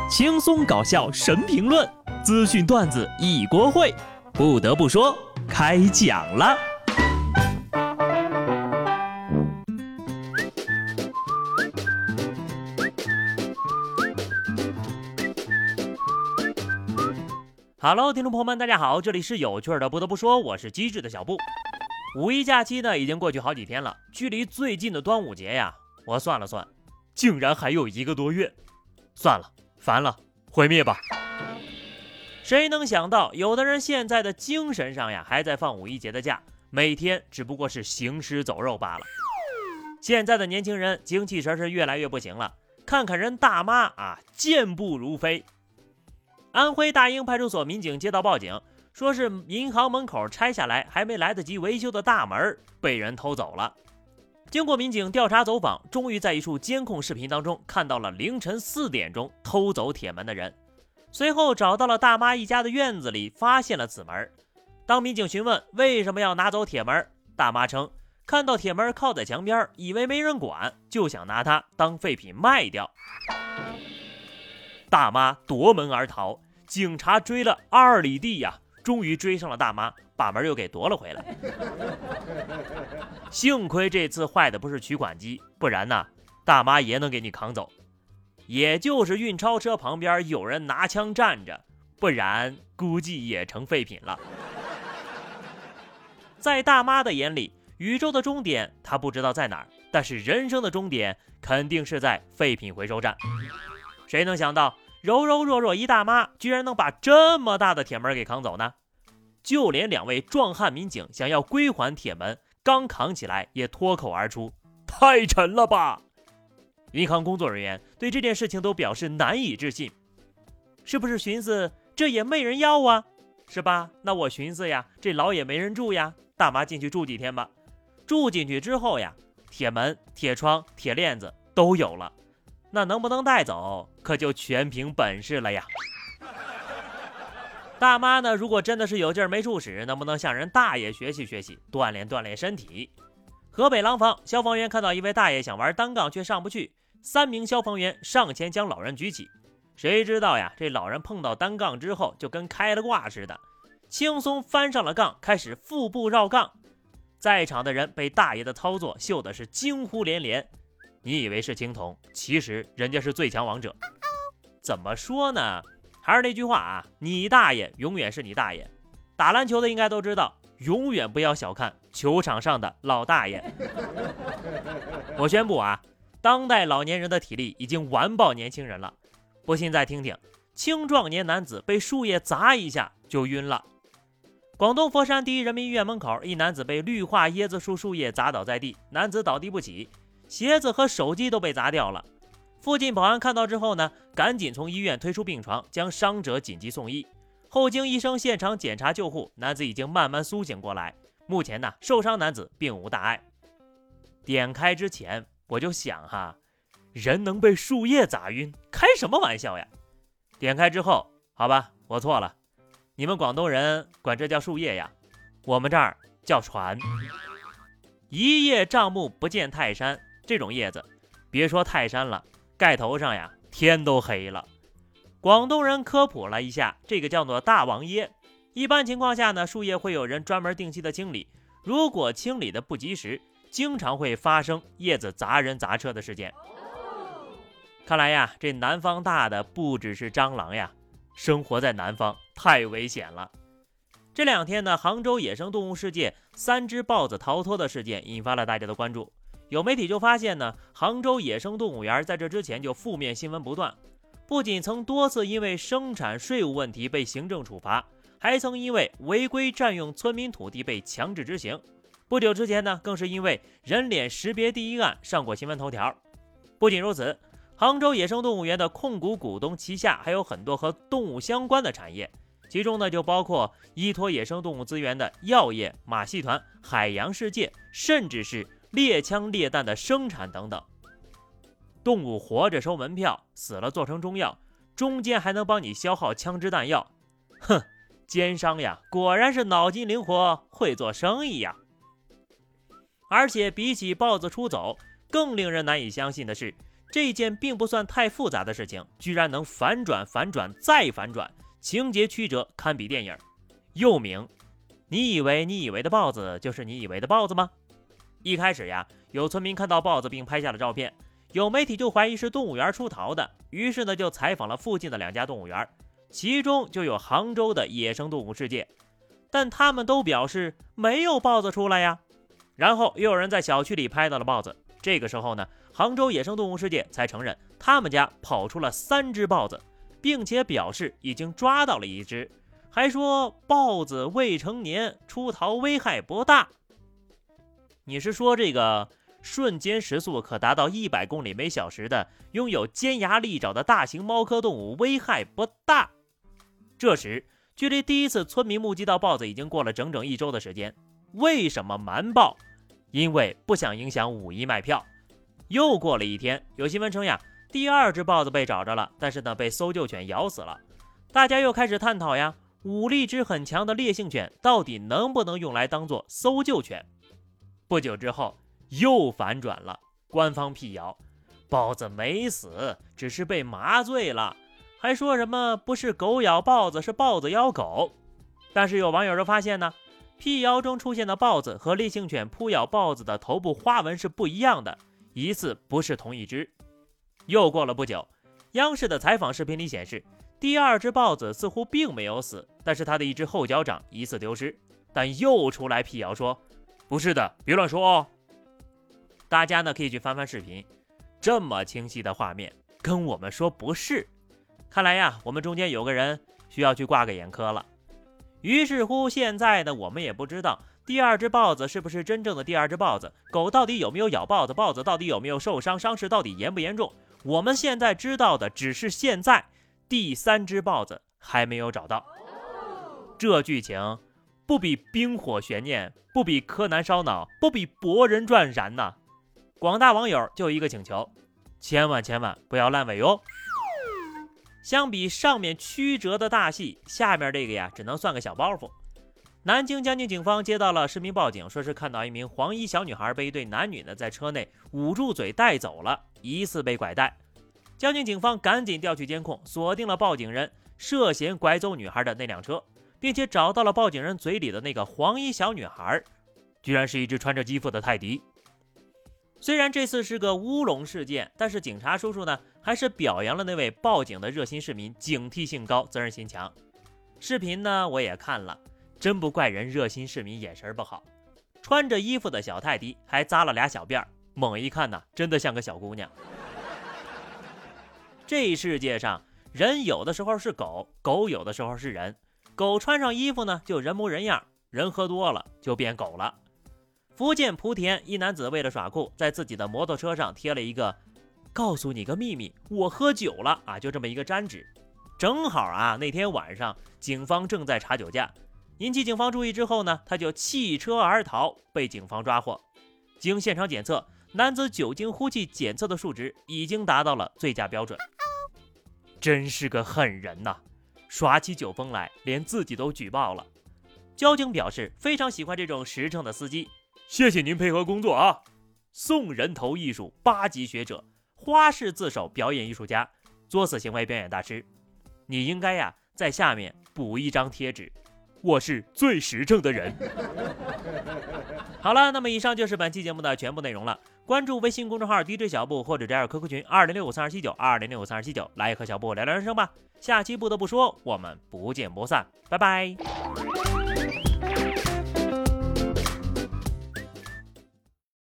轻松搞笑神评论，资讯段子一锅烩。不得不说，开讲了。Hello， 听众朋友们，大家好，这里是有趣的。不得不说，我是机智的小布。五一假期呢，已经过去好几天了，距离最近的端午节呀，我算了算，竟然还有1个多月。算了，烦了，毁灭吧。谁能想到，有的人现在的精神上呀，还在放五一节的假，每天只不过是行尸走肉罢了。现在的年轻人精气神是越来越不行了，看看人大妈啊，健步如飞。安徽大英派出所民警接到报警，说是银行门口拆下来还没来得及维修的大门被人偷走了。经过民警调查走访，终于在一处监控视频当中看到了凌晨4点钟偷走铁门的人。随后找到了大妈一家的院子里，发现了此门。当民警询问为什么要拿走铁门，大妈称看到铁门靠在墙边，以为没人管，就想拿它当废品卖掉。大妈夺门而逃，警察追了2里地呀，终于追上了大妈，把门又给夺了回来。幸亏这次坏的不是取款机，不然呢，大妈也能给你扛走。也就是运钞车旁边有人拿枪站着，不然估计也成废品了。在大妈的眼里，宇宙的终点她不知道在哪儿，但是人生的终点肯定是在废品回收站。谁能想到柔柔弱弱一大妈居然能把这么大的铁门给扛走呢？就连2位壮汉民警想要归还铁门，刚扛起来也脱口而出：太沉了吧！银行工作人员对这件事情都表示难以置信，是不是寻思这也没人要啊，是吧？那我寻思呀，这牢也没人住呀，大妈进去住几天吧。住进去之后呀，铁门、铁窗、铁链子都有了，那能不能带走，可就全凭本事了呀。大妈呢，如果真的是有劲没处使，能不能向人大爷学习学习，锻炼锻炼身体？河北廊坊消防员看到一位大爷想玩单杠却上不去，3名消防员上前将老人举起，谁知道呀，这老人碰到单杠之后就跟开了挂似的，轻松翻上了杠，开始腹部绕杠。在场的人被大爷的操作秀的是惊呼连连。你以为是青铜，其实人家是最强王者。怎么说呢，还是那句话啊，你大爷永远是你大爷。打篮球的应该都知道，永远不要小看球场上的老大爷。我宣布啊，当代老年人的体力已经完爆年轻人了。不信再听听，青壮年男子被树叶砸一下就晕了。广东佛山第一人民医院门口，一男子被绿化椰子树树叶砸倒在地，男子倒地不起，鞋子和手机都被砸掉了。附近保安看到之后呢，赶紧从医院推出病床，将伤者紧急送医。后经医生现场检查救护，男子已经慢慢苏醒过来。目前呢，受伤男子并无大碍。点开之前我就想哈，人能被树叶砸晕，开什么玩笑呀？点开之后，好吧，我错了，你们广东人管这叫树叶呀，我们这儿叫船。一叶障目不见泰山，这种叶子别说泰山了，盖头上呀天都黑了。广东人科普了一下，这个叫做大王椰。一般情况下呢，树叶会有人专门定期的清理，如果清理的不及时，经常会发生叶子砸人砸车的事件。看来呀，这南方大的不只是蟑螂呀，生活在南方太危险了。这2天呢，杭州野生动物世界3只豹子逃脱的事件引发了大家的关注。有媒体就发现呢，杭州野生动物园在这之前就负面新闻不断，不仅曾多次因为生产税务问题被行政处罚，还曾因为违规占用村民土地被强制执行。不久之前呢，更是因为人脸识别第一案上过新闻头条。不仅如此，杭州野生动物园的控股股东旗下还有很多和动物相关的产业，其中呢就包括依托野生动物资源的药业、马戏团、海洋世界，甚至是猎枪猎弹的生产等等。动物活着收门票，死了做成中药，中间还能帮你消耗枪支弹药。哼，奸商呀，果然是脑筋灵活，会做生意呀。而且比起豹子出走，更令人难以相信的是， 这件并不算太复杂的事情，居然能反转、反转再反转，情节曲折堪比电影。又名你以为的豹子就是你以为的豹子吗？一开始呀，有村民看到豹子并拍下了照片，有媒体就怀疑是动物园出逃的，于是呢就采访了附近的2家动物园，其中就有杭州的野生动物世界，但他们都表示没有豹子出来呀。然后又有人在小区里拍到了豹子，这个时候呢，杭州野生动物世界才承认他们家跑出了3只豹子，并且表示已经抓到了1只，还说豹子未成年出逃危害不大。你是说这个瞬间时速可达到100公里每小时的拥有尖牙利爪的大型猫科动物危害不大？这时距离第一次村民目击到豹子已经过了整整1周的时间，为什么瞒报？因为不想影响5一卖票。又过了1天，有新闻称呀，第2只豹子被找着了，但是呢被搜救犬咬死了。大家又开始探讨呀，武力值很强的烈性犬到底能不能用来当做搜救犬？不久之后又反转了，官方辟谣豹子没死，只是被麻醉了，还说什么不是狗咬豹子，是豹子咬狗。但是有网友就发现呢，辟谣中出现的豹子和烈性犬扑咬豹子的头部花纹是不一样的，疑似不是同一只。又过了不久，央视的采访视频里显示，第2只豹子似乎并没有死，但是它的1只后脚掌疑似丢失，但又出来辟谣说不是的，别乱说哦。大家呢可以去翻翻视频，这么清晰的画面跟我们说不是，看来呀我们中间有个人需要去挂个眼科了。于是乎现在呢我们也不知道第2只豹子是不是真正的第2只豹子，狗到底有没有咬豹子，豹子到底有没有受伤，伤势到底严不严重。我们现在知道的只是现在第3只豹子还没有找到。这剧情不比冰火悬念，不比柯南烧脑，不比博人传燃呐！广大网友就一个请求，千万不要烂尾哦。相比上面曲折的大戏，下面这个呀只能算个小包袱。南京江宁警方接到了市民报警，说是看到一名黄衣小女孩被一对男女呢在车内捂住嘴带走了，疑似被拐带。江宁警方赶紧调取监控，锁定了报警人涉嫌拐走女孩的那辆车，并且找到了报警人嘴里的那个黄衣小女孩，居然是一只穿着肌肤的泰迪。虽然这次是个乌龙事件，但是警察叔叔呢还是表扬了那位报警的热心市民，警惕性高，责任心强。视频呢我也看了，真不怪人热心市民眼神不好。穿着衣服的小泰迪还扎了俩小辫儿，猛一看呢真的像个小姑娘。这世界上人有的时候是狗，狗有的时候是人。狗穿上衣服呢就人模人样，人喝多了就变狗了。福建莆田一男子为了耍酷，在自己的摩托车上贴了一个告诉你个秘密，我喝酒了啊，就这么一个粘纸。正好啊那天晚上警方正在查酒驾，引起警方注意之后呢，他就弃车而逃，被警方抓获。经现场检测，男子酒精呼气检测的数值已经达到了醉驾标准。真是个狠人呐，耍起酒疯来连自己都举报了。交警表示非常喜欢这种实诚的司机，谢谢您配合工作啊。送人头艺术8级学者，花式自首表演艺术家，作死行为表演大师，你应该呀在下面补一张贴纸，我是最实诚的人。好了，那么以上就是本期节目的全部内容了。关注微信公众号 DJ 小布，或者加入 QQ 群20653279 20653279，来和小布聊聊人生吧。下期不得不说，我们不见不散，拜拜。